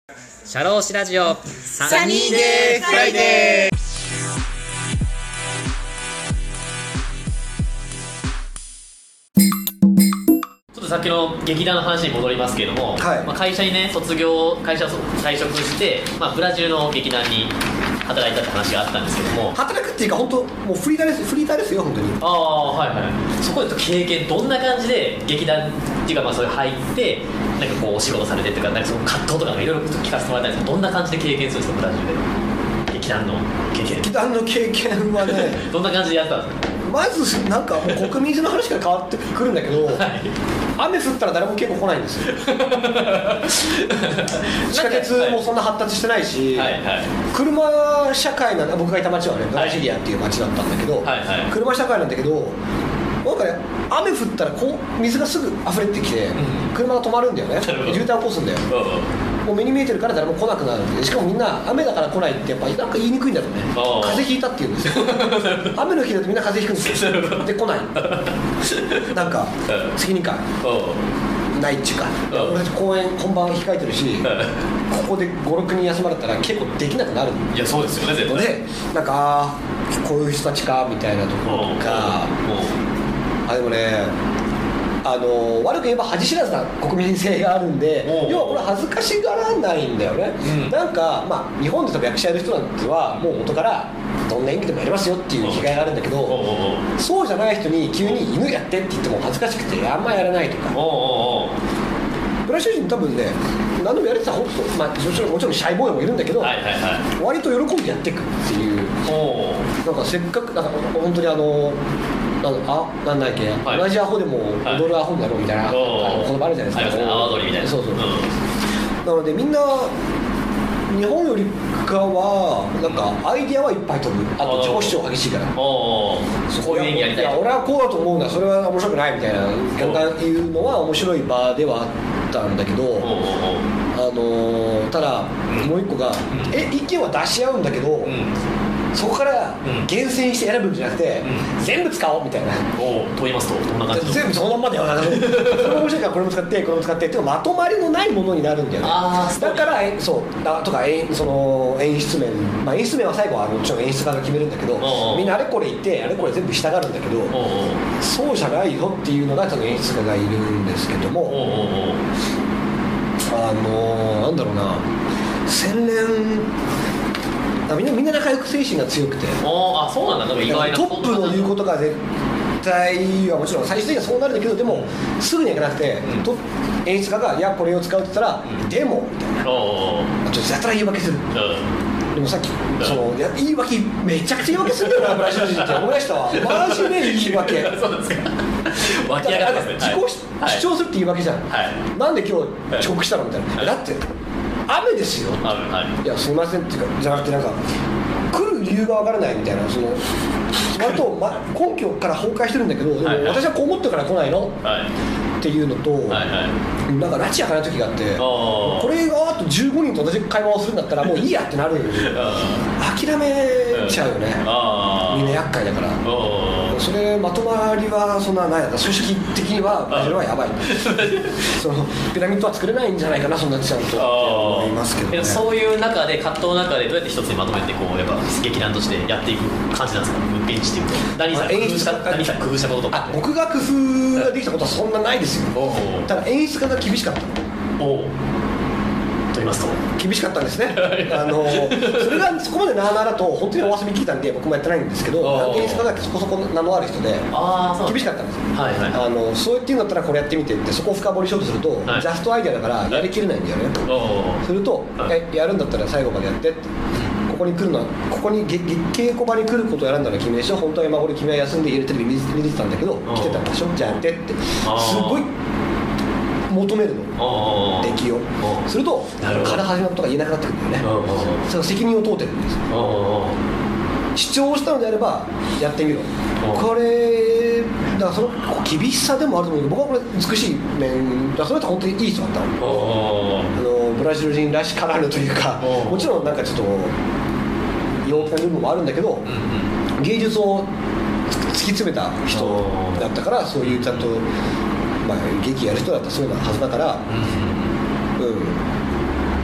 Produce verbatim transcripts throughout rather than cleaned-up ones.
シャローシラジオサニーデーフライデー。 ちょっとさっきの劇団の話に戻りますけれども、 はいまあ、会社にね卒業会社を退職して、まあ、ブラジルの劇団に働いたって話があったんですけども、 働くっていうか本当もうフリーターですフリーターですよ本当に。 ああはいはい、そこで経験どんな感じで劇団っていうかまあそれ入ってなんかこうお仕事されてっていうか、なんかその葛藤とかいろいろ聞かせてもらいたいんですけど、どんな感じで経験するんですかブラジルで劇団の経験。 劇団の経験はねどんな感じでやったんですか。 まずなんかもう国民性の話から変わってくるんだけど、 はい、 雨降ったら誰も結構来ないんですよ地下鉄もそんな発達してないし、 はいはい、 車社会なんだ。僕がいた町はねブラジリアっていう町だったんだけど、 はいはい、 車社会なんだけどなんかね雨降ったらこう水がすぐ溢れてきて、うん、車が止まるんだよね。渋滞起こすんだよ。もう目に見えてるから誰も来なくなるんで、しかもみんな雨だから来ないってやっぱなんか言いにくいんだろうね。風邪ひいたって言うんですよ雨の日だとみんな風邪ひくんですよで来ないなんか責任感ないっちゅうか、俺たち公演本番控えてるしここでごろくにん休まれたら結構できなくなる。 いやそうですよね絶対。 でなんかあこういう人たちかみたいなところとか、あでもねあの悪く言えば恥知らずな国民性があるんで、要はこれ恥ずかしがらないんだよね、うん、なんか、まあ、日本で多分役者やる人なんてはもう元からどんな演技でもやりますよっていう気概があるんだけど、そうじゃない人に急に犬やってって言っても恥ずかしくてあんまやらないとか。ブラジル人多分ね何でもやれてたら本当、まあ、もちろんもちろんシャイボーイもいるんだけど、はいはいはい、割と喜んでやっていくっていう。なんかせっかくなんか本当にあのあなんだっけ、はい、同じアホでも踊るアホになろうみたいな、はい、言葉あるじゃないですか。 阿波踊りみたいな。そうそう、うん、 なのでみんな日本よりかはなんかアイディアはいっぱい飛ぶ。あと自己主張激しいから、 こういう演技やりたい。いや俺はこうだと思うんだ、それは面白くないみたいないうのは面白い場ではあったんだけど、あのー、ただもう一個が、うん、え意見は出し合うんだけど、うん、そこから厳選して選ぶんじゃなくて、うん、全部使おうみたいな。 おと言いますとどんな感じ。 全部そのまんまではこれも面白いからこれも使ってこれも使ってっていうまとまりのないものになるんだよね。あだからそうだとかその演出面、まあ、演出面は最後はもちろん演出家が決めるんだけど、みんなあれこれ言ってあれこれ全部従うんだけど、そうじゃないよっていうのが多分演出家がいるんですけども、あのー、なんだろうな洗練みんなみんな仲良く精神が強くて、 あそうなんだ。意外なトップの言うことが絶対はもちろん最終的にはそうなるんだけど、でもすぐにはいかなくて、うん、と演出家がいやこれを使うって言ったら、うん、でもみたいなちょっとやたら言い訳する、うん、でもさっき、うん、そのや言い訳めちゃくちゃ言い訳するんだよなブラジル人って思い出したわマジで言い訳そうですか湧き上がってますね。自己主張するって言い訳じゃん、はい、なんで今日遅刻したのみたいな、はい、だって雨ですよ、はい、いやすみませんっていうかじゃなくてなんか来る理由がわからないみたいな、その割と、ま、根拠から崩壊してるんだけど、でも私はこう思ってから来ないの、はい、っていうのと、はいはい、なんか拉致やかな時があって、これがあとじゅうごにんと同じ会話をするんだったらもういいやってなる諦めちゃうよね、みんな厄介だから。それまとまりはそんなないだ、組織的にはブラジルはやばいそのピラミッドは作れないんじゃないかなそんなちゃんと思いますけどね。 そういう中で葛藤の中でどうやって一つにまとめてこうやっぱ劇団としてやっていく感じなんですか。現地っていうと何さん工夫した何さん工夫したこととか。 あ僕が工夫ができたことはそんなないですよ。ただ演出家が厳しかったの。おと言いますと厳しかったんですねあのそれがそこまでなあなあだと本当にお遊び聞いたんで僕もやってないんですけど、演出家がそこそこ名のある人で厳しかったんですよ、はいはい、あのそう言って言うんだったらこれやってみてってそこを深掘りしようとすると、はい、ジャストアイデアだからやりきれないんだよね、はい、すると、はい、やるんだったら最後までやってってここに来るのはここに稽古場に来ることを選んだのは君でしょ、本当は今頃君は休んで家でテレビ見てたんだけど来てたんでしょ、じゃあやってってすごい求めるの出来をするとから始まることが言えなくなってくるんだよね。それ責任を問うてるんですよ。主張したのであればやってみろ。これだからその厳しさでもあると思うけど僕はこれ美しい面だ。それって本当にいい人だったの。あのブラジル人らしからぬというかもちろんなんかちょっと陽気な部分もあるんだけど、うんうん、芸術を突き詰めた人だったからそういうちゃんとまあ、劇やる人だったらそういうのはずだから、うんうん、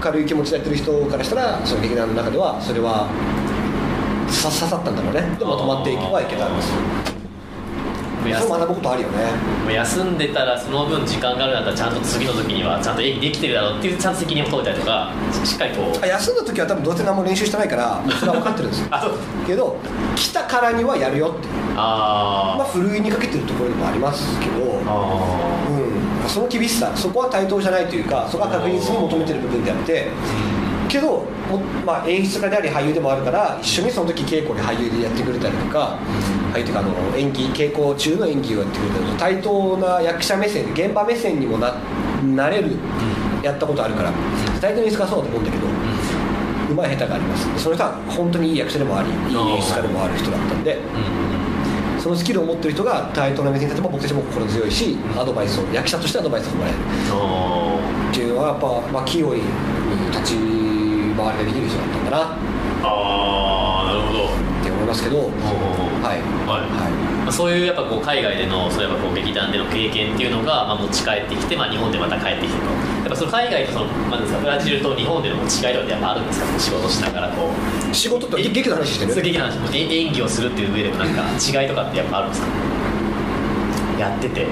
軽い気持ちでやってる人からしたらその劇団の中ではそれは刺さったんだろうね。でも止まっていけばいけたんですよ。そう学ぶことあるよね。 もう休んでたらその分時間があるんだったらちゃんと次の時にはちゃんと演技できてるだろうっていうちゃんと責任を取れたりとかしっかりこう。 休んだ時は多分どうせ何も練習してないからもうそれは分かってるんですよ。 あそうけど来たからにはやるよってあ、 まあ、ふるいにかけてるところでもありますけど、 あ、 うん、その厳しさそこは対等じゃないというかそこは確実に求めてる部分であってけど、まあ、演出家であり俳優でもあるから一緒にその時稽古で俳優でやってくれたりとか俳優というかあの演技稽古中の演技をやってくれたりとか対等な役者目線現場目線にも な, なれるやったことあるから大体の演出家はそうだと思うんだけどうまい下手があります。その人は本当にいい役者でもありいい演出家でもある人だったんでそのスキルを持ってる人が対等な目線に立てば僕たちも心強いしアドバイスを役者としてアドバイスをもらえるっていうのはやっぱ、まあ、清いに立ち回りができる人だったんだなああなるほどって思いますけど、はいはいはい、そういうやっぱこう海外でのそういえばこう劇団での経験っていうのがまあ持ち帰ってきて、まあ、日本でまた帰ってきてとやっぱその海外とその、まあ、ですかブラジルと日本での違いとかってやっぱあるんですか仕事しながらこう仕事って劇の話してる劇の話演技をするっていう上でもなんか違いとかってやっぱあるんですかやってて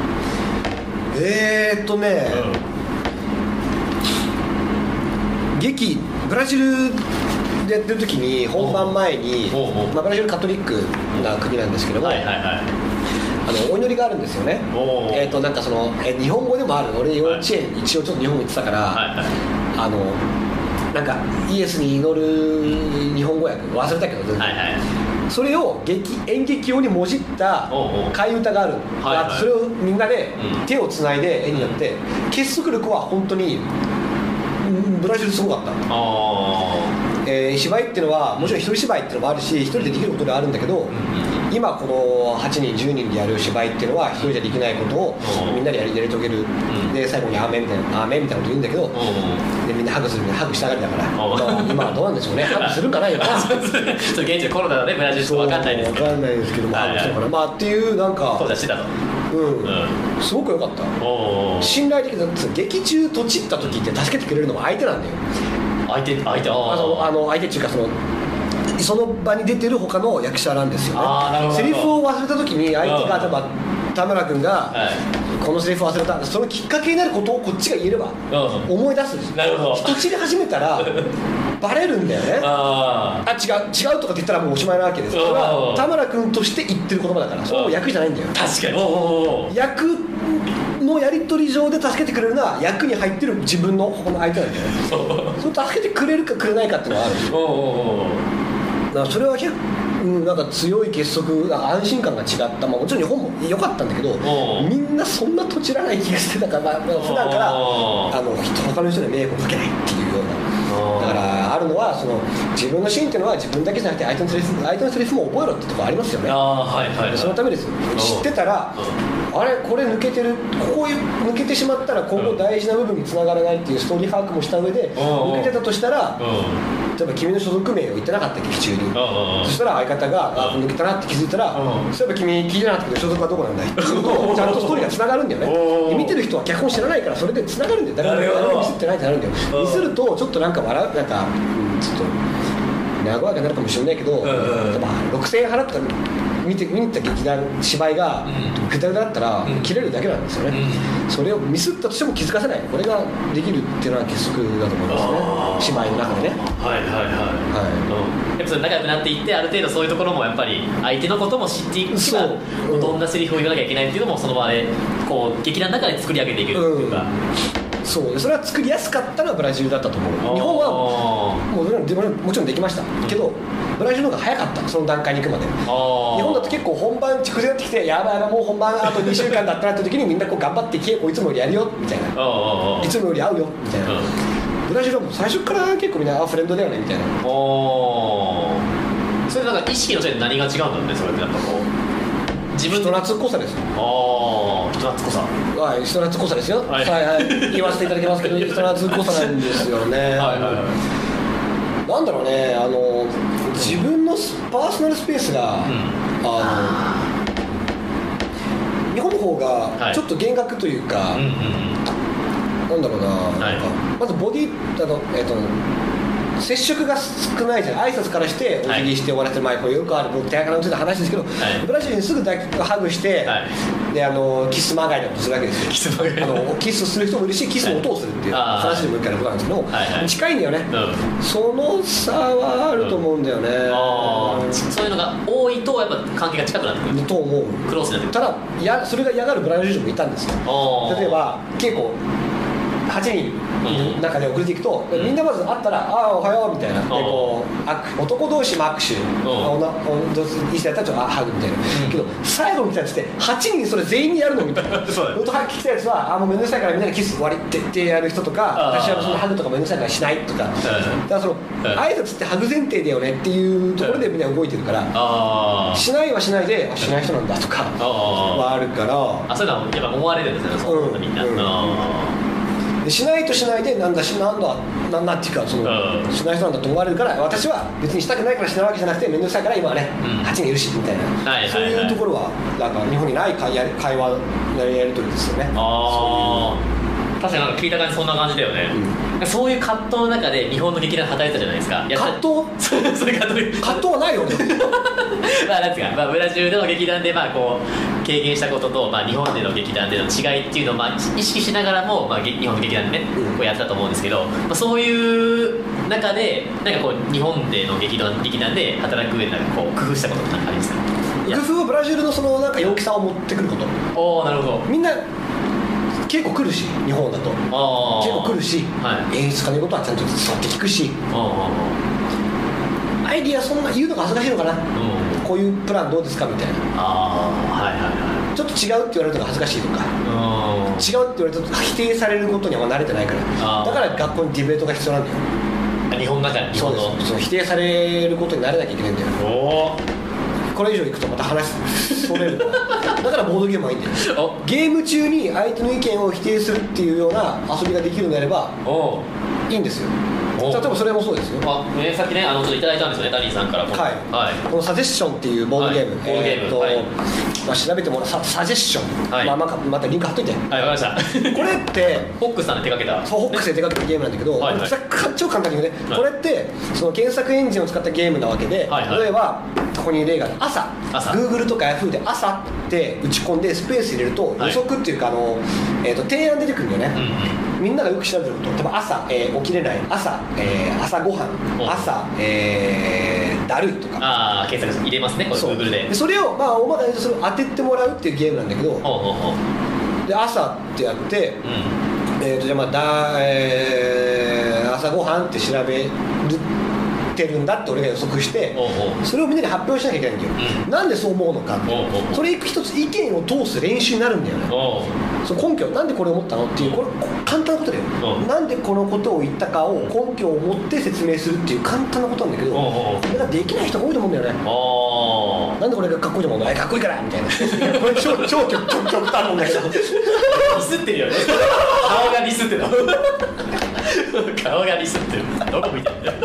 えーっとね、うん、劇ブラジルでやってる時に本番前に、まあ、ブラジルカトリックな国なんですけども、はいはいはい、あのお祈りがあるんですよね。えーとなんかそのえ日本語でもある俺幼稚園、はい、一応ちょっと日本語言ってたから、はいはい、あのなんかイエスに祈る日本語訳忘れたけど全然、はいはい、それを劇演劇用にもじった替え歌がある、はいはい、それをみんなで手をつないで絵になって、うん、結束力は本当にブラジルすごかった。あえー、芝居っていうのはもちろん一人芝居っていうのもあるし一人でできることではあるんだけど、うん、今このはちにんじゅうにんでやる芝居っていうのは一人じゃできないことをみんなでやり、やり遂げる、うん、で最後にアーメンみたいなアーメンみたいなこと言うんだけど、うん、でみんなハグするみたいなハグしたがりだから、うん、今はどうなんでしょうねハグするかないよなちょっと現地でコロナだねブラジルと分かんないですけど分かんないですけどもハグしたのかな、まあっていうなんかそうだしてたとうんうん、すごく良かった。信頼的だって劇中とちった時って助けてくれるのも相手なんだよ。 相手相手ああのあの相手っていうかそのその場に出てる他の役者なんですよね。あセリフを忘れた時に相手が例えば田村君が、はい、このセリフ忘れたそのきっかけになることをこっちが言えれば思い出すんですよ。なるほど。人知れ始めたらバレるんだよね。ああ違う違うとかって言ったらもうおしまいなわけです。それは田村君として言ってる言葉だからそれも役じゃないんだよ。 確かにおー役のやり取り上で助けてくれるのは役に入ってる自分のこの相手なんだよね。それ助けてくれるかくれないかっていうのはある。おおだからそれは結構、うん、なんか強い結束安心感が違った、まあ、もちろん日本も良かったんだけどみんなそんなとちらない気がしてたから、まあ、普段からあの他の人に迷惑をかけないっていうようなだからあるのはその自分のシーンっていうのは自分だけじゃなくて相手のセリフ相手のセリフも覚えろってとこありますよね。あ、はいはいはい、そのためです。知ってたらあれこれ抜けてるこういう抜けてしまったら今後大事な部分につながらないっていうストーリー把握もした上で抜けてたとしたら例えば君の所属名を言ってなかった劇中にそしたら相方があ抜けたなって気づいたらそういえば君聞いてなかったけど所属はどこなんだいっていうことをちゃんとストーリーがつながるんだよね。で見てる人は脚本知らないからそれでつながるんだよ。誰も誰もミスってないってなるんだよ。ミスるとちょっとなんか笑うなんか、うん、ちょっと和やかになるかもしれないけど、うん、ろくせんえん払ったら見て見に行った劇団芝居がぐだぐだだったら切れるだけなんですよね、うん、それをミスったとしても気づかせないこれができるっていうのは結束だと思いますね芝居の中でね。はいはいはい、はい、 やっぱそれ仲良くなっていってある程度そういうところもやっぱり相手のことも知っていくし、うん、どんなセリフを言わなきゃいけないっていうのもその場でこう劇団の中で作り上げていくっていうか、うんそうそれは作りやすかったのはブラジルだったと思う。日本はもうもちろんできました、うん、けどブラジルの方が早かったその段階に行くまで。日本だと結構本番直前やってきてやばいやばいもう本番あとにしゅうかんだったなって時にみんなこう頑張って稽古いつもよりやるよみたいないつもより会うよみたいな。ブラジルはもう最初から結構みんなフレンドだよねみたいな。 それなんか意識のせいで何が違うんだろうねそれってなんかこう自分人懐っこさですよ。 ああ人懐っこさはい人懐っこさですよ、はい、はいはい言わせていただきますけど人懐っこさなんですよね。はいはいはいなんだろうねあの自分のパーソナルスペースが、うん、あの日本の方がちょっと厳格というか、はいうんうんうん、 なんだろうな、はい、なんかまずボディあの、えーと接触が少ないじゃん。挨拶からしてお辞儀して終わらせて、はい、これよくある僕手垢のついた話ですけど、はい、ブラジルにすぐ抱きハグして、はい、であのキスまがいのことするわけですよ。キスまがいあのキスする人もいるしキスの音をするっていう、はい、話でもいいからことなんですけど、はいはい、近いんだよね、うん、その差はあると思うんだよね、うん、 あそういうのが多いとやっぱ関係が近くなってくると思う。 クロスになってくる。 ただやそれが嫌がるブラジル人もいたんですよ。例えば結構はちにんの中で送っていくと、うん、みんなまず会ったら「ああおはよう」みたいな、でこう男同士も握手、いい人やったらちょっとハグみたいな、うん、けど最後みたいなってはちにんそれ全員にやるのみたいなそうだ聞きたやつは「あもうめんどくさいからみんなでキス終わり」って言ってやる人とか、私はそのハグとかめんどくさいからしないとか、だからその挨拶ってハグ前提だよねっていうところでみんな動いてるから、しないはしないでしない人なんだとかはあるから、 あそういうのはやっぱ思われるんですね、そう、みんな、うんでしないとしないでなんだしなんだなんだっていうかその、うん、しない人なんだと思われるから、私は別にしたくないからしないわけじゃなくて面倒くさいから今はね、うん、はちにんいるしみたいな、はいはいはい、そういうところはなんか日本にない会話やりやり取りですよね。 あ確かになんか聞いた感じそんな感じだよね、うん、そういう葛藤の中で日本の劇団働いてたじゃないですか。 葛藤そういう葛藤葛藤はないよねまあなんつうか、まあ、ブラジルでの劇団でまあこう経験したことと、まあ、日本での劇団での違いっていうのをまあ意識しながらも、まあ、日本の劇団でね、うん、こうやったと思うんですけど、まあ、そういう中でなんかこう日本での劇団、劇団で働く上でなんかこう工夫したことってありますか？ 工夫はブラジルのそのなんか陽気さを持ってくること。 おおなるほど。 みんな結構来るし日本だと結構来るし、はい、演出家のことはちゃんと伝って聞くし、アイディアそんな言うのが恥ずかしいのかな、こういうプランどうですかみたいな、あ、はいはいはい、ちょっと違うって言われるのが恥ずかしいとか、違うって言われると否定されることには慣れてないから、だから学校にディベートが必要なんだよ。 日本の中にそうです。そう否定されることに慣れなきゃいけないんだよ。おこれ以上いくとまた話それるからだからボードゲームはいいんだよ。ゲーム中に相手の意見を否定するっていうような遊びができるのであればいいんですよ。例えばそれもそうですよ。 あ、ね、さっきねあのちょっといただいたんですよね、ダニーさんから。はい、 はい、このサジェッションっていうボードゲーム、はい、ボードゲーム、えーとはいまあ、調べてもらう サ, サジェッション、はいまあ、またリンク貼っといて。 はい、わかりましたこれってホックスさんで手掛けた、 そうホックスで手掛けたゲームなんだけど、はいはい、超簡単に言うね、はい、これってその検索エンジンを使ったゲームなわけで、はいはい、例えばここに例がある朝、朝 Google とか Yahoo で朝って打ち込んでスペース入れると、はい、予測っていうかあの、えー、と提案出てくるんだよね、うんうん、みんながよく調べてること、例えば朝、えー、起きれない、朝、えー、朝ごはん、朝、えー、だるいとか、 あ検索入れますね、これ Google で。 でそれをまあ大まかにそれを当ててもらうっていうゲームなんだけど、ほうほうほうで朝ってやって、うんえー、とじゃあまあだ、えー、朝ごはんって調べるてるんだって俺が予測して、おうおうそれをみんなに発表しなきゃいけないんだよ、うん、なんでそう思うのかって、おうおうそれ一つ意見を通す練習になるんだよね。その根拠、なんでこれを思ったのっていう、これ簡単なことだよ。なんでこのことを言ったかを根拠を持って説明するっていう簡単なことなんだけど、これができない人が多いと思うんだよね。なんでこれがかっこいいと思うの？えかっこいいからみたいなこれ超超極極端なんだけどディスってるよね顔がディスってる顔がディスってるどこ見てるんだよ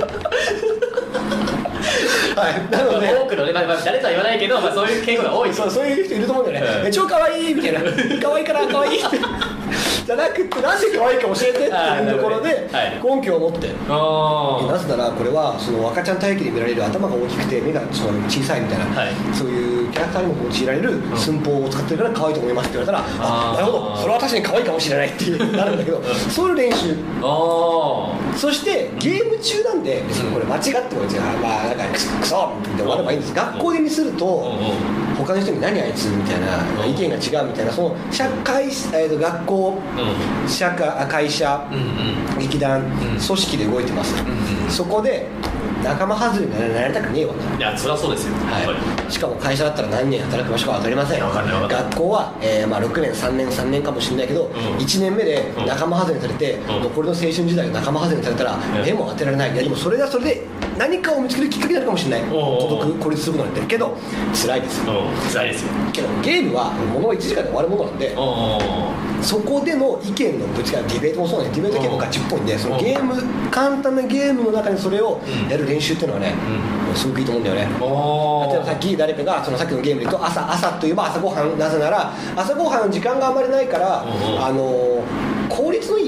はい、なので多くのね、まあ、誰とは言わないけど、まあ、そういう傾向が多い。 そうそういう人いると思うんだよね、うん、超可愛いみたいな可愛いから可愛いじゃなくてなんで可愛いか教えてっていうところで根拠を持って、はい、なぜならこれはその若ちゃん体型で見られる頭が大きくて目がその小さいみたいな、はい、そういうキャラクターにも用いられる寸法を使ってるから可愛いと思いますって言われたら、ああなるほどそれは確かに可愛いかもしれないっていうなるんだけどそういう練習、あそしてゲーム中なんで別にこれ間違ってもいいですよ、まあなんかクソって終わればいいんです。学校で見すると他の人に何あいつみたいな意見が違うみたいな、その社会、えー、と学校、社会、会社、劇団、組織で動いてます。そこで仲間外れになられたくねえわな。 いやそりゃそうですよ、 はい、しかも会社だったら何年働く場所か分かりません。学校は、えーまあ、ろくねんさんねんさんねんかもしれないけど、うん、いちねんめで仲間外れにされて、うん、残りの青春時代が仲間外れにされたら目、うん、も当てられない。いやでもそれはそれで何かを見つけるきっかけになるかもしれない。孤独孤立することになってるけど辛いですよ。 辛いですよけどゲームはものはいちじかんで終わるものなんで、そこでの意見のぶつかるディベートもそうなんです。ディベート結構ガチっぽいんで、そのゲーム簡単なゲームの中にそれをやる練習っていうのはね、うん、すごくいいと思うんだよね。例えばさっき誰かがそのさっきのゲームで言うと朝朝といえば朝ごはん、なぜなら朝ごはん時間があまりないから、あの効率のいい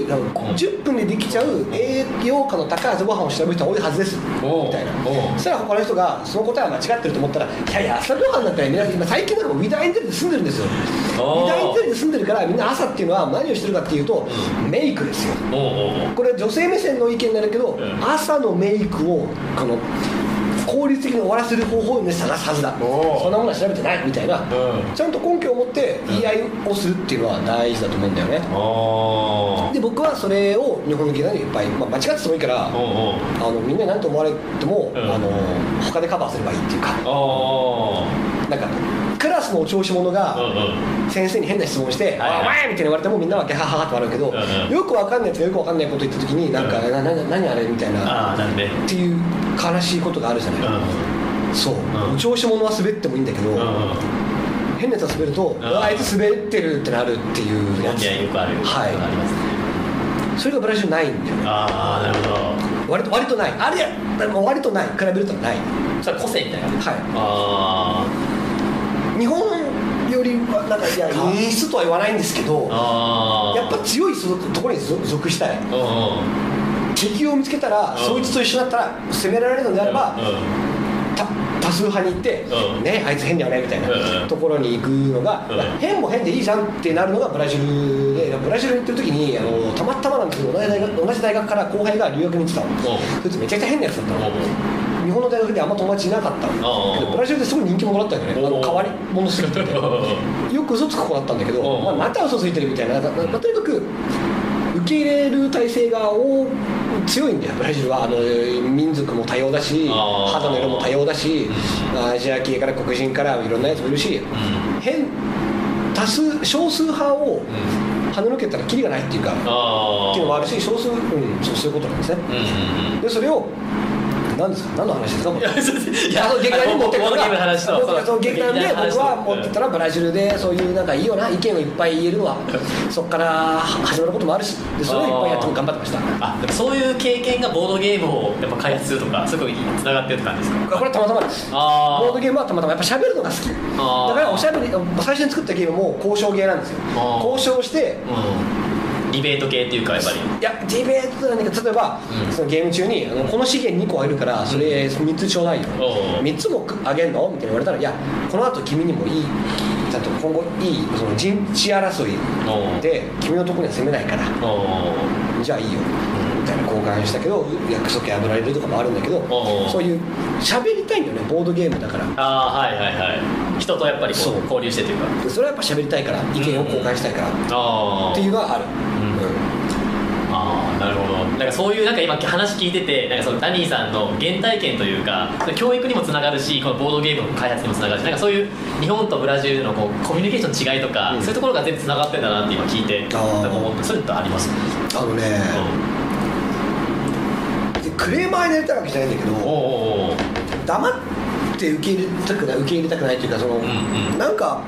じゅっぷんでできちゃう栄養価の高い朝ごはんを調べる人は多いはずですみたいな。そしたら他の人がその答えは間違ってると思ったら、いやいや朝ごはんなんか皆さん今最近なんかウィダーエンゼルで住んでるんですよ。ウィダーエンゼルで住んでるからみんな朝っていうのは何をしてるかっていうと、うん、メイクですよ。これ女性目線の意見になるけど、うん、朝のメイクをこの効率的に終わらせる方法を、ね、探すはずだ、そんなものは調べてないみたいな、うん、ちゃんと根拠を持って言い合いをするっていうのは大事だと思うんだよね。で僕はそれを日本の芸能にいっぱい、まあ、間違っててもいいからあのみんなに何と思われても、うん、あの他でカバーすればいいっていうか、なんかクラスのお調子者が先生に変な質問して「お前!」みたいに言われてもみんなはギャハハハって笑うけど、よくわかんないやつがよくわかんないこと言った時になんか「なな何あれ?」みたいなっていう悲しいことがあるじゃない。そう、お調子者は滑ってもいいんだけど、変なやつが滑るとあいつ滑ってるってなるっていうやつ。 よくある。はい。 それがブラジルないんだよね。 ああ、なるほど。割と割とない。あれや、割とない。比べるとない。 それ個性みたいな。はい。 ああ。日本よりはなんかいや演出とは言わないんですけど、やっぱ強いところに属したい。敵を見つけたらそいつと一緒だったら攻められるのであれば多数派に行ってね、あいつ変だよねみたいなところに行くのが変も変でいいじゃんってなるのがブラジルで、ブラジルに行ってる時にあのたまたまなんですけど同じ大学、同じ大学から後輩が留学に行ってたの。そいつめちゃくちゃ変なやつだったの。日本の大学であんま友達いなかったんだけど、ブラジルですごい人気者だったよね。あの変わり者すぎててよく嘘つく子だったんだけど、まあ、また嘘ついてるみたいな、まあ、とにかく受け入れる体制が強いんだよブラジルは。あの民族も多様だし、肌の色も多様だし、アジア系から黒人からいろんなやつもいるし、変多数少数派を跳ね抜けたらキリがないっていうかっていうのもあるし、少数、うん、そう、そういうことなんですね。でそれを何ですか、何の話ですか。いや、劇団に持ってくるからその劇団で僕は持ってたらブラジルでそういうなんかいいよな意見をいっぱい言えるのはそこから始まることもあるし、でそれをいっぱいやっても頑張ってました。 あ、でもそういう経験がボードゲームをやっぱ開発するとかそういうことにつながってるって感じですか。 これたまたまです。ボードゲームはたまたまやっぱ喋るのが好きだから、おしゃべり最初に作ったゲームも交渉ゲーなんですよ。交渉して、うんディベート系っていうかやっぱりいやディベートなんだけど、例えば、うん、そのゲーム中にあのこの資源にこあげるからそれみっつちょうだいよ、うん、みっつもあげんのみたいに言われたら、いやこの後君にもいいちゃんと今後いいその陣地争いで君のところには攻めないからじゃあいいよみたいな交換したけど約束破られるとかもあるんだけど、そういう喋りたいんだよねボードゲームだから。 ああはいはいはい、人とやっぱりこう交流してというか、 それはやっぱ喋りたいから意見を交換したいから、うん、っていうのはある。 ああなるほど。なんかそういうなんか今話聞いててなんかそのダニーさんの原体験というか教育にもつながるし、このボードゲームの開発にもつながるし、なんかそういう日本とブラジルのこうコミュニケーションの違いとか、うん、そういうところが全部つながってんだなって今聞いてなんか思って、それってあります？ あのね、うん、クレーマーになりたいわけじゃないんだけど、おうおうおう黙って受け入れたくない受け入れたくないっていうか、その、うんうん、なんか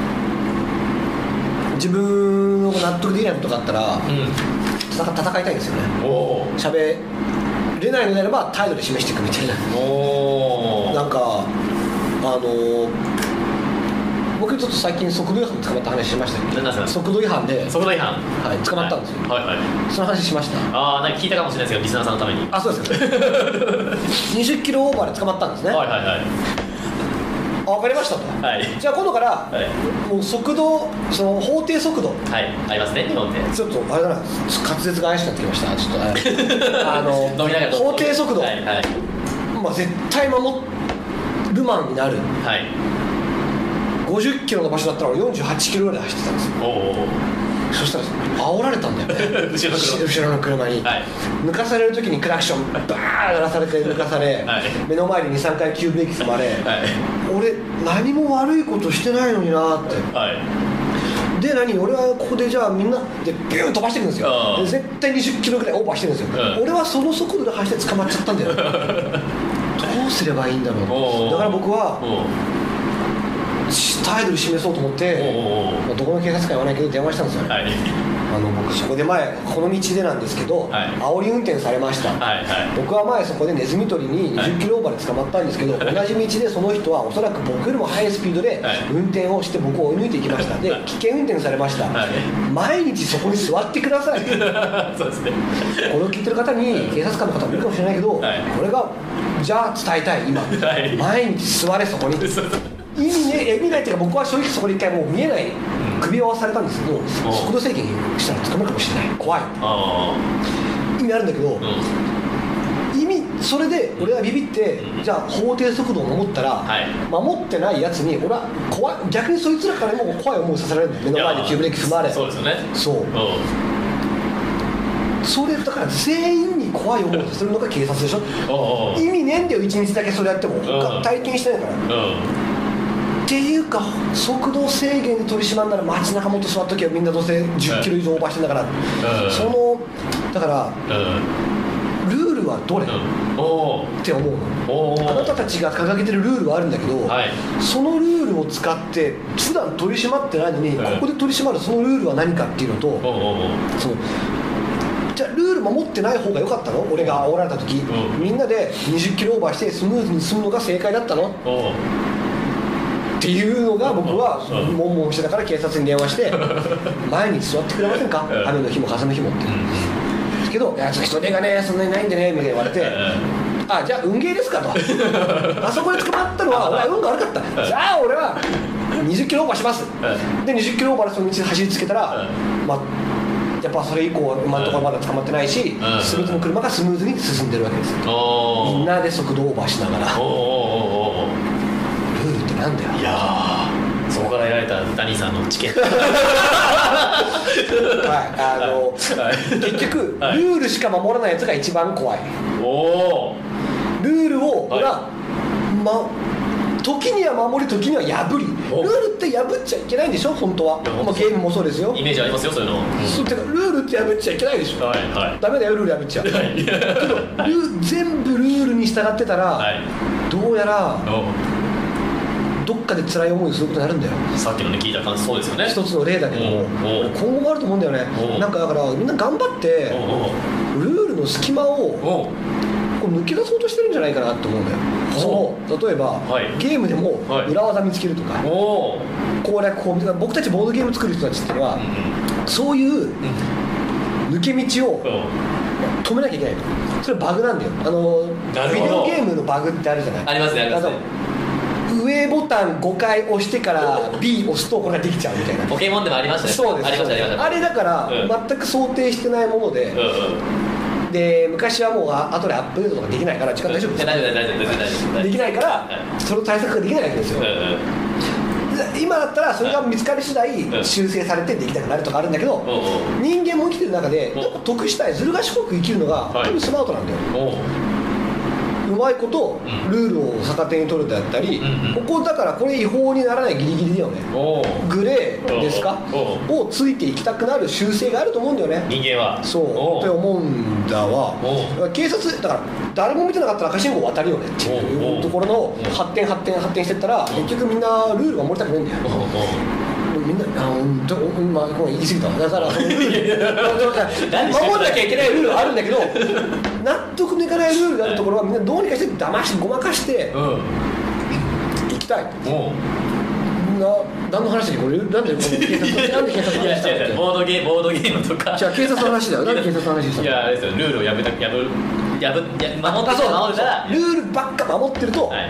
自分の納得できないことがあったら、うん、戦, 戦いたいんですよね。喋れないのであれば態度で示していくみたいな。おなんかあの僕ちょっと最近速度違反で捕まった話しましたけど、速度違反で速度違反、 はい、捕まったんですよ、はいはいはい、その話しました。 ああなんか聞いたかもしれないですけどリスナーさんのために。 あそうですよにじゅっキロオーバーで捕まったんですね。はいはいはい。分かりましたと、はい、じゃあ今度から、はい、もう速度その法定速度はいありますね日本で。 ちょっとあれだな滑舌が怪しくなってきました。ちょっとあの飲みながら法定速度、はいはい、まあ、絶対守るマンになる、はい、ごじゅっキロの場所だったらよんじゅうはちキロぐらいで走ってたんですよ。おお。そしたら煽られたんだよね後ろの 車, 後ろの車に、はい、抜かされる時にクラクションバーン鳴らされて抜かされ、はい、目の前に にさんかい急ブレーキ踏まれ、はい、俺何も悪いことしてないのになって、はい、で何俺はここでじゃあみんなでビューン飛ばしていくんですよ。で絶対にじゅっキロぐらいオーバーしてるんですよ、うん、俺はその速度で走って捕まっちゃったんだよどうすればいいんだろう。だから僕は態度を示そうと思って、まあ、どこの警察か言わないけど電話したんですよね、はい、あの僕そこで前この道でなんですけど、はい、煽り運転されました、はいはい、僕は前そこでネズミ捕りににじゅっキロオーバーで捕まったんですけど、はい、同じ道でその人はおそらく僕よりも速いスピードで運転をして僕を追い抜いていきました。で危険運転されました、はい、毎日そこに座ってくださいそうですね、これを聞いてる方に警察官の方もいるかもしれないけど、はい、これがじゃあ伝えたい今、はい、毎日座れそこに意味ね、意味ないっていうか僕は正直そこで一回もう見えない首を合わされたんですけど、速度制限したら捕まるかもしれない、怖い意味あるんだけど、うん、意味それで俺はビビって、うん、じゃあ法定速度を守ったら、はい、守ってないやつに俺は怖い、逆にそいつらからも怖い思いさせられるんだよ、目の前で急ブレーキ踏まれ、 そうですよね、 そう、うん、それだから全員に怖い思いをさせるのが警察でしょおうおう、意味ねえんだよいちにちだけそれやっても、他体験してないから、うんっていうか速度制限で取り締まるなら街中もっと座っときゃみんなどうせじゅっキロ以上オーバーしてんだから、うん、そのだから、うん、ルールはどれ、うん、って思うの。あなたたちが掲げてるルールはあるんだけど、はい、そのルールを使って普段取り締まってないのに、うん、ここで取り締まるそのルールは何かっていうのと、そのじゃあルール守ってない方が良かったの、俺が煽られた時、うん、みんなでにじゅっキロオーバーしてスムーズに進むのが正解だったのっていうのが僕は悶々してたから警察に電話して前に座ってくれませんか、雨の日も風の日もってですけど、いや人手がねそんなにないんでねみたいに言われて、あじゃあ運ゲーですかとあそこで捕まったのは俺は運が悪かった、じゃあ俺はにじゅっキロオーバーします、でにじゅっキロオーバーでその道で走りつけたら、まあやっぱそれ以降今のところまだ捕まってないし、スムーズの車がスムーズに進んでるわけですよ、みんなで速度オーバーしながら。ルールってなんだよ。 いやー、そこから得られたダニーさんの知見はいあの、はい、結局、はい、ルールしか守らないやつが一番怖い。おルールを俺は、はい、ま時には守り時には破り、ルールって破っちゃいけないんでしょ本当は、まあ、ゲームもそうですよ。 イメージありますよそういうの、うん、 そうてかルールって破っちゃいけないでしょ、はいはい、ダメだよルール破っちゃうけどル全部ルールに従ってたら、はい、どうやらどっかで辛い思いをすることになるんだよ。 さっきのね聞いた感じそうですよね。 一つの例だけども今後もあると思うんだよね。なんかだからみんな頑張ってルールの隙間をこう抜け出そうとしてるんじゃないかなと思うんだよ。その例えば、はい、ゲームでも裏技見つけるとか、はい、攻略法、僕たちボードゲーム作る人たちっていうのは、うん、そういう抜け道を止めなきゃいけないと。それバグなんだよ。あのビデオゲームのバグってあるじゃない。 ありますねありますね。 上ボタンごかい押してから ビー 押すとこれができちゃうみたいな。 ポケモンでもありましたね。 そうです。ありましたありました。あれだから、うん、全く想定してないもので、うんうん、で昔はもう後でアップデートとかできないから時間大丈夫です。 大丈夫大丈夫大丈夫。 できないからその対策ができないわけですよ。うんうん、今だったらそれが見つかり次第修正されてできなくなるとかあるんだけど、うん、人間も生きてる中でなんか得したいずる賢く生きるのが本当にスマートなんだよ。うまいことルールを逆手に取るとやったり、うんうん、ここだからこれ違法にならないギリギリだよね、グレーですかをついていきたくなる習性があると思うんだよね人間は。 そうって思うんだわ。警察だから誰も見てなかったら赤信号渡るよねっていうところの発展発展発展してったら結局みんなルール守りたくないんだよ。みんなあのど、まあ、言い過ぎただからその守んなきゃいけないルールはあるんだけど納得のいかないルールがあるところはみんなどうにかして騙してごまかして行きたい。な何の話だっけこれなんでこの警察なんで警察の話だっけ。 ボードゲームボードゲームとか。 じゃあ警察の話だよ。なんで警察の話したの。 いやあれですよルールを破った破る破守って守ったらルールばっか守ってると、はい、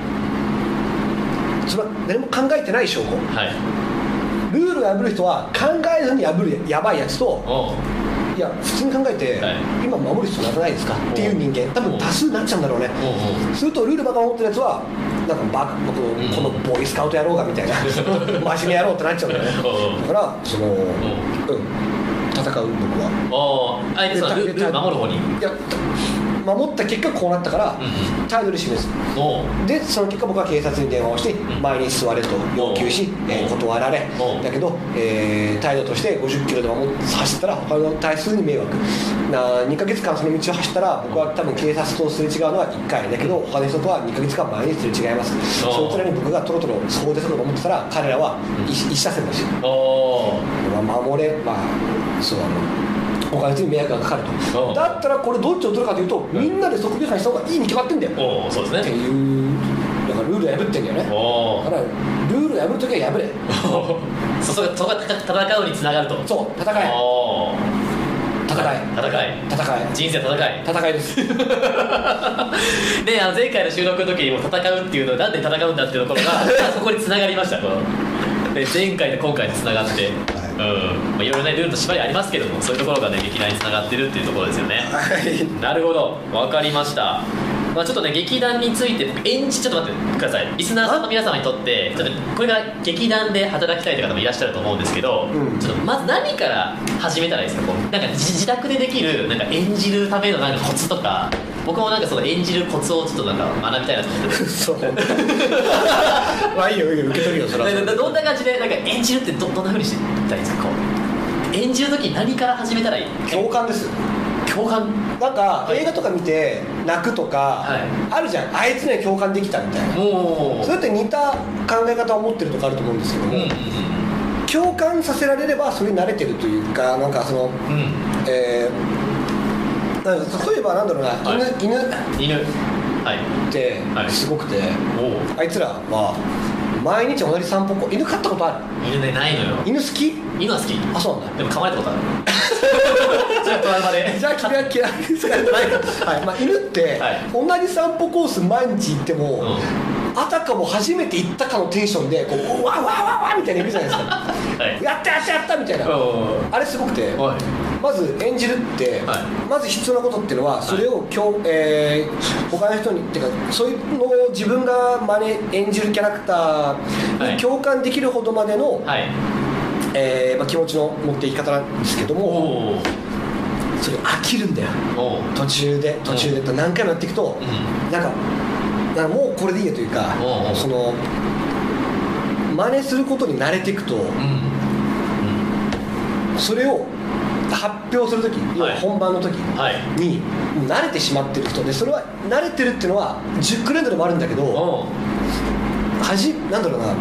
それは何も考えてない証拠。はい。ルールを破る人は考えずに破るやばいやつと、いや普通に考えて、はい、今守る必要なくないですかっていう人間多分多数になっちゃうんだろうね。するとルールばか守ってるやつはなんかバカこのボーイスカウトやろうがみたいな真面目やろうってなっちゃうんだよね。だからそのうん戦う僕はあああえてそのルール守る方にいや守った結果こうなったから、うん、態度で示す。でその結果僕は警察に電話をして前に座れと要求し、えー、断られだけど、えー、態度としてごじゅっキロで守って走ったら他の対数に迷惑な。にかげつかんその道を走ったら僕は多分警察とすれ違うのはいっかいだけど他の人とはにかげつかん前にすれ違います。その隣に僕がトロトロそうですと思ってたら彼らは一車線だし、まあ、守れまあそうあの他の人に迷惑がかかると。だったらこれどっちを取るかというと、みんなで速度違反した方がいいに決まってんだよ。 おそうですね。 っていうだからルール破ってんだよね。だからルール破るときは破れ。 そそがそこが戦うにつながると。 そう戦え。戦い戦い戦い人生戦い戦いですであの前回の収録の時にも戦うっていうのなんで戦うんだっていうところがそこに繋がりました。こので前回と今回に繋がって、はいうんまあ、いろいろねルールと縛りありますけどもそういうところがね劇団に繋がってるっていうところですよね。はいなるほど分かりました。まあ、ちょっとね劇団について演じちょっと待ってください。リスナーさんの皆様にとってちょっとこれから劇団で働きたいという方もいらっしゃると思うんですけど、うん、ちょっとまず何から始めたらいいですか。こうなんか自宅でできるなんか演じるためのなんかコツとか僕もなんかその演じるコツをちょっとなんか学びたいなと思っててそうまあいいよいいよ受け取るよそれはどんな感じでなんか演じるって ど, どんな風にしていったらいいですか。こう演じる時何から始めたらいい。 共感です。 共感なんか映画とか見て泣くとか、はい、あるじゃん。あいつには共感できたみたいなそれって似た考え方を持ってるとかあると思うんですけども、うんうんうん、共感させられればそれに慣れてるというかなんかその、うんえー、なんか例えばなんだろうな、はい、犬犬ってすごくて、はい、あいつらは毎日同じ散歩犬飼ったことある。 犬ねないのよ。 犬好き。 犬は好き。 あそうなんだ。 でも噛まれたことあるじゃあトラウマでじゃあ君は嫌いはいまあ、犬って、はい、同じ散歩コース毎日行っても、うん、あたかも初めて行ったかのテンションでこうわわわわみたいに行くじゃないですか、はい、やったやったやったみたいなあれすごくて、はい、まず演じるって、はい、まず必要なことっていうのはそれを今日、えー、他の人にっていうかそういうのを自分が真似演じるキャラクターに共感できるほどまでの、はいえーまあ、気持ちの持っていき方なんですけどもそれ飽きるんだよ途中で途中で何回もやっていくと、うん、なんかなんかもうこれでいいやというかその真似することに慣れていくと、うんうん、それを発表するとき、はい、本番の時に、はい、慣れてしまってる人でそれは慣れてるっていうのはじゅっクレードでもあるんだけどはじなんだろうな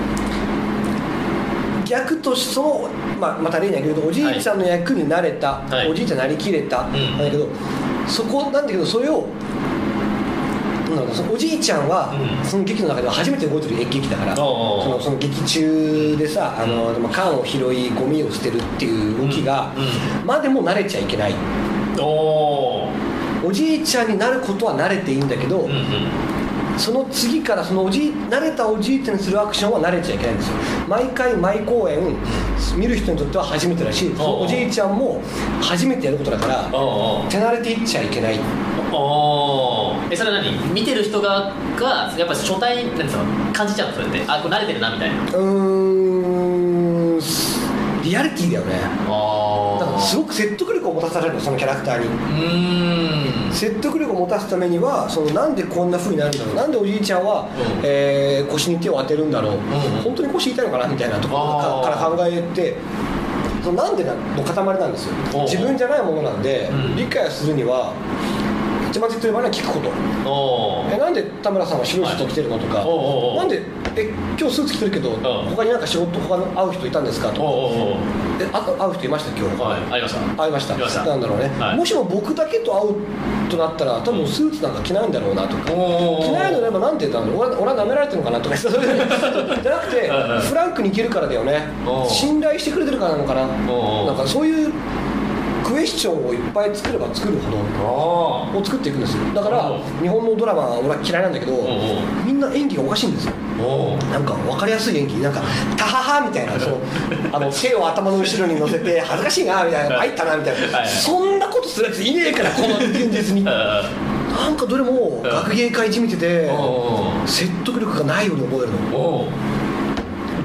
逆とその、まあ、また例に挙げるとおじいちゃんの役になれた、はい、おじいちゃんになりきれた、はい、だけどそこなんだけどそれをなんだそのおじいちゃんは、うん、その劇の中では初めて動いてる劇だからその、その劇中でさあの、うん、缶を拾いゴミを捨てるっていう動きが、うんうん、まあでも慣れちゃいけない。お, おじいちゃんになることは慣れていいんだけど、うんうんその次からそのおじ慣れたおじいちゃんにするアクションは慣れちゃいけないんですよ。毎回毎公演見る人にとっては初めてだしそのおじいちゃんも初めてやることだから手慣れていっちゃいけない。 えそれは何見てる人ががやっぱり初対なんですか感じちゃうのそれってあこれ慣れてるなみたいな。うーんリアリティだよね。あだからすごく説得力を持たされるのそのキャラクターに。うーん説得力を持たすためにはそのなんでこんな風になるんだろうなんでおじいちゃんは、うんえー、腰に手を当てるんだろう、うん、本当に腰痛いのかなみたいなところから考えてそのなんでの塊なんですよ。自分じゃないものなんで、うん、理解するには一番手っ取り早いのは聞くこと。えなんで田村さんは白いスーツ着てるのとか、はい、なんでえ今日スーツ着てるけど他になんか仕事他の会う人いたんですかとかえあ会う人いました今日、はい、会いました会いましたいましたなんだろうね、はい、もしも僕だけと会うとなったら多分スーツなんか着ないんだろうなとか、うん、着ないのであればなんでだろう俺は舐められてるのかなとかじゃなくてフランクに着るからだよね信頼してくれてるからなのかななんかそういうクエスチョンをいっぱい作れば作るほどを作っていくんですよ。だから日本のドラマは俺は嫌いなんだけどみんな演技がおかしいんですよ。なんか分かりやすい演技なんかタハハみたいなそのあの手を頭の後ろに乗せて恥ずかしいなみたいな入ったなみたいなそんなことするやついねえからこの現実になんかどれも学芸会じみてて説得力がないように思えるの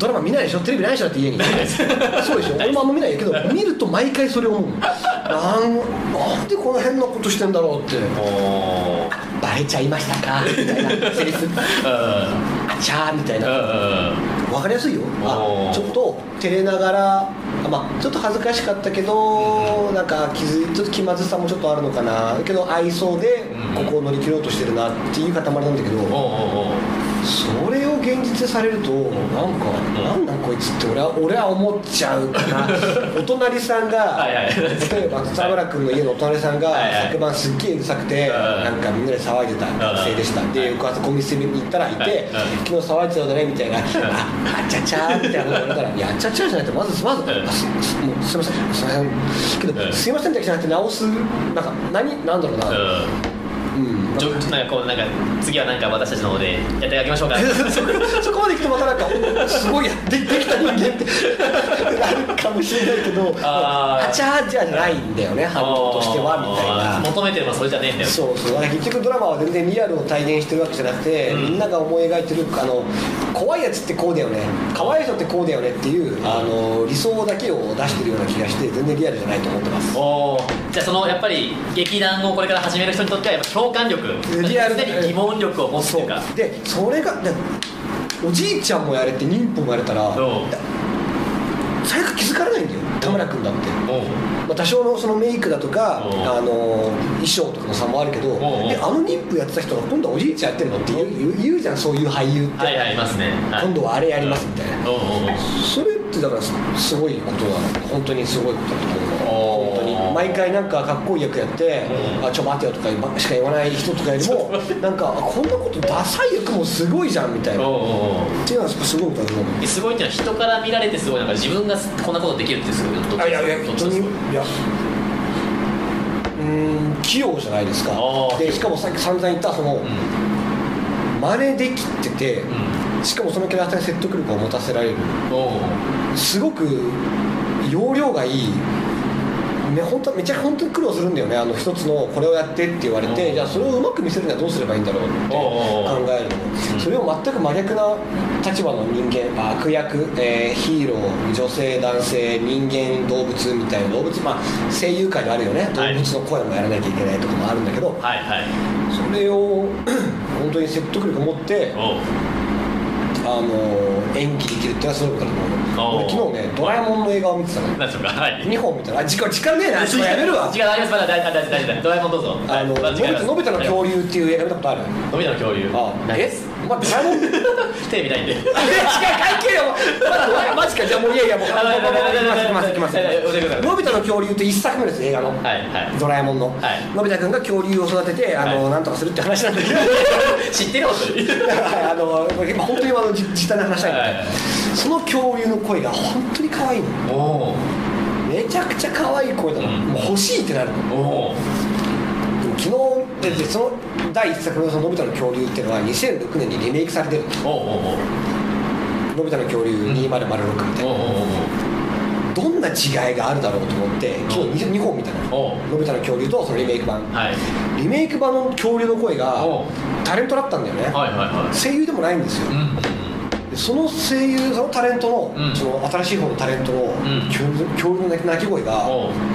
ドラマ見ないでしょ、テレビないでしょって家にそうでしょ、俺もあんま見ないけど見ると毎回それ思うなんなんでこの変なことしてんだろうって、バレちゃいましたかみたいなセリフあちゃーみたいな、分かりやすいよ。あちょっと照れながら、まあ、ちょっと恥ずかしかったけどなんか気づちょっと気まずさもちょっとあるのかなけど愛想でここを乗り切ろうとしてるなっていう塊なんだけど、それを現実されるとなんかなんなんこいつって俺は俺は思っちゃうかなお隣さんが例えば田村君の家のお隣さんが昨晩すっげえうるさくてなんかみんなで騒いでた学生でした。で翌朝ゴミ捨てに行ったらいて昨日騒いでたよねみたいなああちゃちゃーみたいなこと言われたらいやあちゃちゃじゃないとまずまずあ す, もうすいませんすいませんけどすいませんだけじゃなくて直すなんか何なんだろうなうん、 ちょなんかこうなんか次はなんか私たちの方でやってあげましょうかそ, そこまでいくとまたなんかすごいやでできた人間ってなるかもしれないけどあちゃーじゃないんだよね反応としてはみたいな求めてるのはそれじゃねえんだよ。 そうそうだから結局ドラマは全然リアルを体現してるわけじゃなくて、うん、みんなが思い描いてるあの怖いやつってこうだよね可愛い人ってこうだよねっていうあの理想だけを出してるような気がして全然リアルじゃないと思ってます。 おじゃあそのやっぱり劇団をこれから始める人にとってはやっぱ共感力リアルで疑問力を持つというかでそれがでおじいちゃんもやれて妊婦もやれたら最悪気づかれないんだよ田村君だって、まあ、多少のそのメイクだとかあの衣装とかの差もあるけどであの妊婦やってた人が今度はおじいちゃんやってるのって言う、言う、言うじゃんそういう俳優って、 はいはいいますね、はい、 今度はあれやりますみたいなそれってだからすごいことなの本当にすごいことだと思う本当に毎回なんかかっこいい役やってあちょ待てよとかしか言わない人とかよりもなんかこんなことダサい役もすごいじゃんみたいなっていうのはすごいことだと思う。 すごいっていうのは人から見られてすごいなんか自分がこんなことできるってすごいどっちですか。 いやいや本当にいやうーん器用じゃないですか。でしかもさっき散々言ったその、うん、真似できてて、うん、しかもそのキャラクターに説得力を持たせられるすごく容量がいいね、本当めちゃ本当に苦労するんだよね。あの一つのこれをやってって言われてじゃあそれをうまく見せるにはどうすればいいんだろうって考えるのそれを全く真逆な立場の人間悪役、えー、ヒーロー女性男性人間動物みたいな動物まあ声優界であるよね動物の声もやらなきゃいけないとかもあるんだけど、はいはい、それを本当に説得力を持ってあの演技できるってのはすごいことだと思う。俺昨日ねドラえもんの映画を見てたの。 何でしょうか、はい、 にほん見たらあ時間時間ねえな時間やめるわ時間ありますまだ大丈夫大丈夫ドラえもんどうぞ。 あののび太の恐竜っていう映画見たことある。 のび太の恐竜あえお前ドラえもんテレビないんで違う関係よマジかじゃあもういやいやもう行きます行きますのび太の恐竜って一作目です映画の、はいはい、ドラえもんの、はい、のび太くんが恐竜を育ててあの、はい、なんとかするって話なんだけど知ってるほんとにあの本当にあの実際の話なんだけど、はい、その恐竜の声が本当に可愛いの。おめちゃくちゃ可愛い声だの、うん、もう欲しいってなるの。お昨日ででそのだいいっさくめの「のび太の恐竜」っていうのはにせんろくねんにリメイクされてるの。おうおうおうのび太の恐竜にせんろくみたいな、おうおうおうどんな違いがあるだろうと思って今日にほん見たの。のび太の恐竜とそのリメイク版、はい、リメイク版の恐竜の声がタレントだったんだよね、はいはいはい、声優でもないんですよ、うん、その声優そのタレントの、うん、その新しい方のタレントの、うん、恐竜の鳴き声が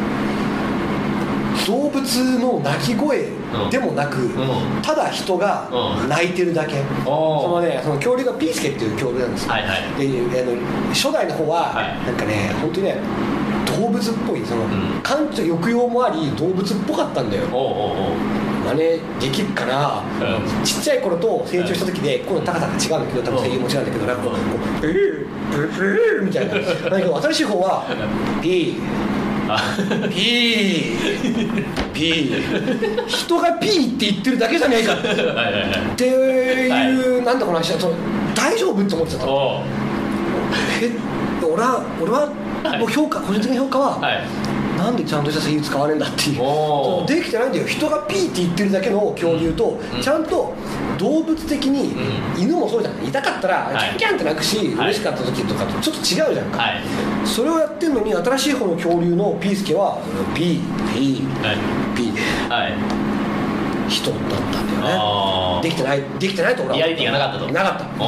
動物の鳴き声でもなく、うん、ただ人が鳴いてるだけ、うん、そのねその恐竜がピースケっていう恐竜なんですよ、はいはい、であの初代の方は、はい、なんかね本当にね動物っぽいその、うん、感情抑揚もあり動物っぽかったんだよ。おうおうおう真似できるかな、うん、ちっちゃい頃と成長した時でこの高さが違うんだけど多分声優も違うんだけどなんかこう「えーえー」みたいなだけど新しい方は「ピー」ピーピー人がピーって言ってるだけじゃねえかっていう、はい、なんだこの話は大丈夫って思ってたの。え俺は俺はもう評価個人的な評価は、はい、なんでちゃんとした声優使わねえんだっていうできてないんだよ。人がピーって言ってるだけの恐竜と、うん、ちゃんと動物的に、うん、犬もそうじゃん痛かったら、はい、キャンキャンって鳴くし、はい、嬉しかった時とかとちょっと違うじゃんか、はい、それをやってるのに新しい方の恐竜のピースケはピーピー、はい、ピー、はい、人だったんだよね。できてないできてないと俺はリアリティがなかったとなかったそう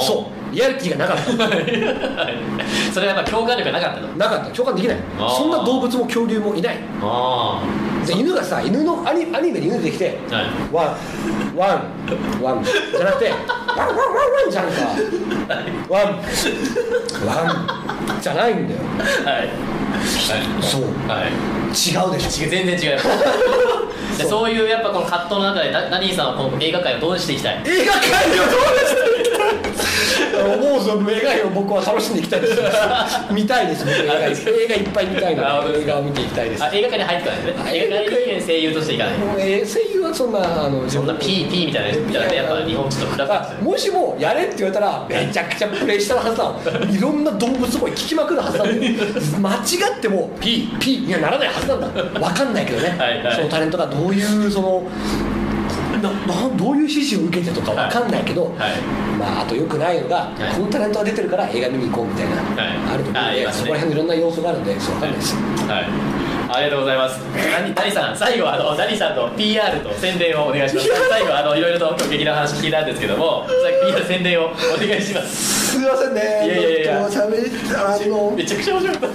リアリティがなかったそれはやっぱ共感力がなかったの？ なかった、共感できない。そんな動物も恐竜もいない。あで犬がさ、犬のアニアニメで犬出てきて、はい、ワンワンワンじゃなくてワンワンワンワンじゃんか、ワンワンじゃないんだよ。はい、そう、はい、違うでしょ。 全然違うでそういうやっぱこの葛藤の中でダニーさんはこの映画界をどうしていきたい？ 映画界をどうしていきたい思うぞ、映画を僕は楽しんでいきたいです見たいです、僕映画映画いっぱい見たいので映画を見ていきたいです。 あ、映画界に入ってからですね。映画界に声優としていかない。 えー、声優はそんなあのそんな P, P みたいなみたいなやっぱ日本ちょっと比べてもしもやれって言われたらめちゃくちゃプレイしたはずだもんいろんな動物声聞きまくるはずなんで間違っても P, P にはならないはずなんだ。分かんないけどねはい、はい、そのタレントがどういうそのななどういう指示を受けてとか分かんないけど、はいはい、まああとよくないのが、はい、このタレントが出てるから映画見に行こうみたいな、はい、あると思うんで、ね、そこら辺のいろんな要素があるんでそう分かんないです、はいはいありがとうございます。ダニさん、最後あのダニさんの ピーアール と宣伝をお願いします。最後あのいろいろと劇の話聞いたんですけども、ピーアール 宣伝をお願いします。 すみませんね。いやいやいや。あのめちゃくちゃ面白かった。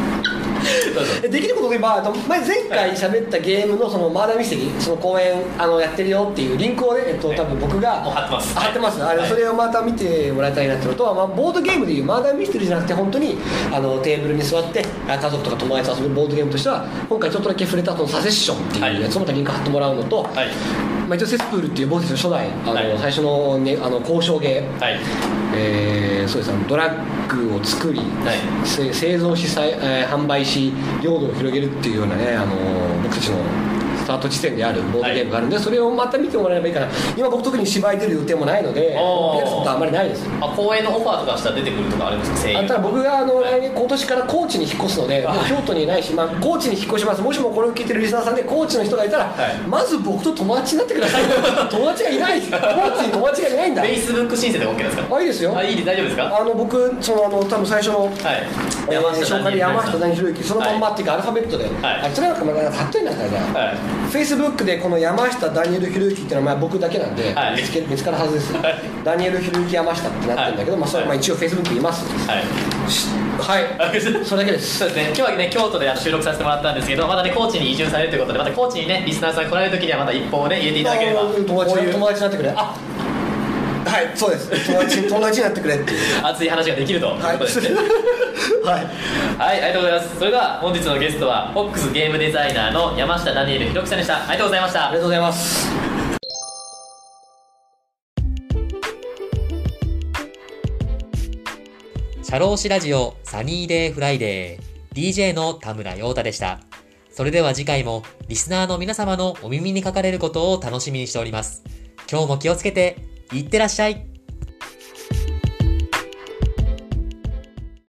できることで、まあ、前前回喋ったゲームのそのマーダーミステリーその公演あのやってるよっていうリンクをね、えっと、多分僕が貼ってます貼ってます、はい、あれそれをまた見てもらいたいなっていうのと、まあ、ボードゲームでいうマーダーミステリーじゃなくて本当にあのテーブルに座って家族とか友達と遊ぶボードゲームとしては今回ちょっとだけ触れたそのサセッションっていうやつをまたリンク貼ってもらうのと、はいまあ、一応セスプールっていうボードゲーム初代あの、はい、最初の、ね、あの交渉ゲー、はいえー、そうですあのドラッグを作り、はい、製造し、えー、販売し領土を広げるっていうようなね、あのー、僕たちのスタート地点であるボードゲームがあるんで、はい、それをまた見てもらえばいいかな。今僕特に芝居出る予定もないのでやることはあんまりないです。 あ公演のオファーとかしたら出てくるとかあるんですか？声優あただ僕があの、はい、今年から高知に引っ越すので、もう京都にいないし、まあ、高知に引っ越します。もしもこれを聞いてるリスナーさんで高知の人がいたら、はい、まず僕と友達になってください友達がいない高知に友達がいないんだ。 Facebook 申請で OK ですか？ あいいですよ。 あいい大丈夫ですか？ あの僕そのあの多分最初の、はいえー、紹介で山下谷宏之そのまんまっていうか、はい、アルファベットで、はい、あれそれなんかまだ貼っといてなんかじゃあ、はい、Facebook でこの山下ダニエルひろゆきっていうのはまあ僕だけなんで、はい、見つけ見つかるはずです、はい、ダニエルひろゆき山下ってなってるんだけど、はいまあ、それまあ一応 Facebook にいますはいはい、それだけです。 そうですね。今日はね京都で収録させてもらったんですけど、まだね高知に移住されるということで、また高知にねリスナーさん来られる時にはまた一報をね入れていただければ、 友達友達になってくれ。あはいそうです友達友達になってくれっていう熱い話ができるということですねはい、はい、ありがとうございます。それでは本日のゲストはフォックスゲームデザイナーの山下ダニエルひろゆきさんでした。ありがとうございました。 ありがとうございます。 社労士ラジオサニーデイフライデー ディージェー の田村陽太でした。それでは次回もリスナーの皆様のお耳にかかれることを楽しみにしております。今日も気をつけていってらっしゃい。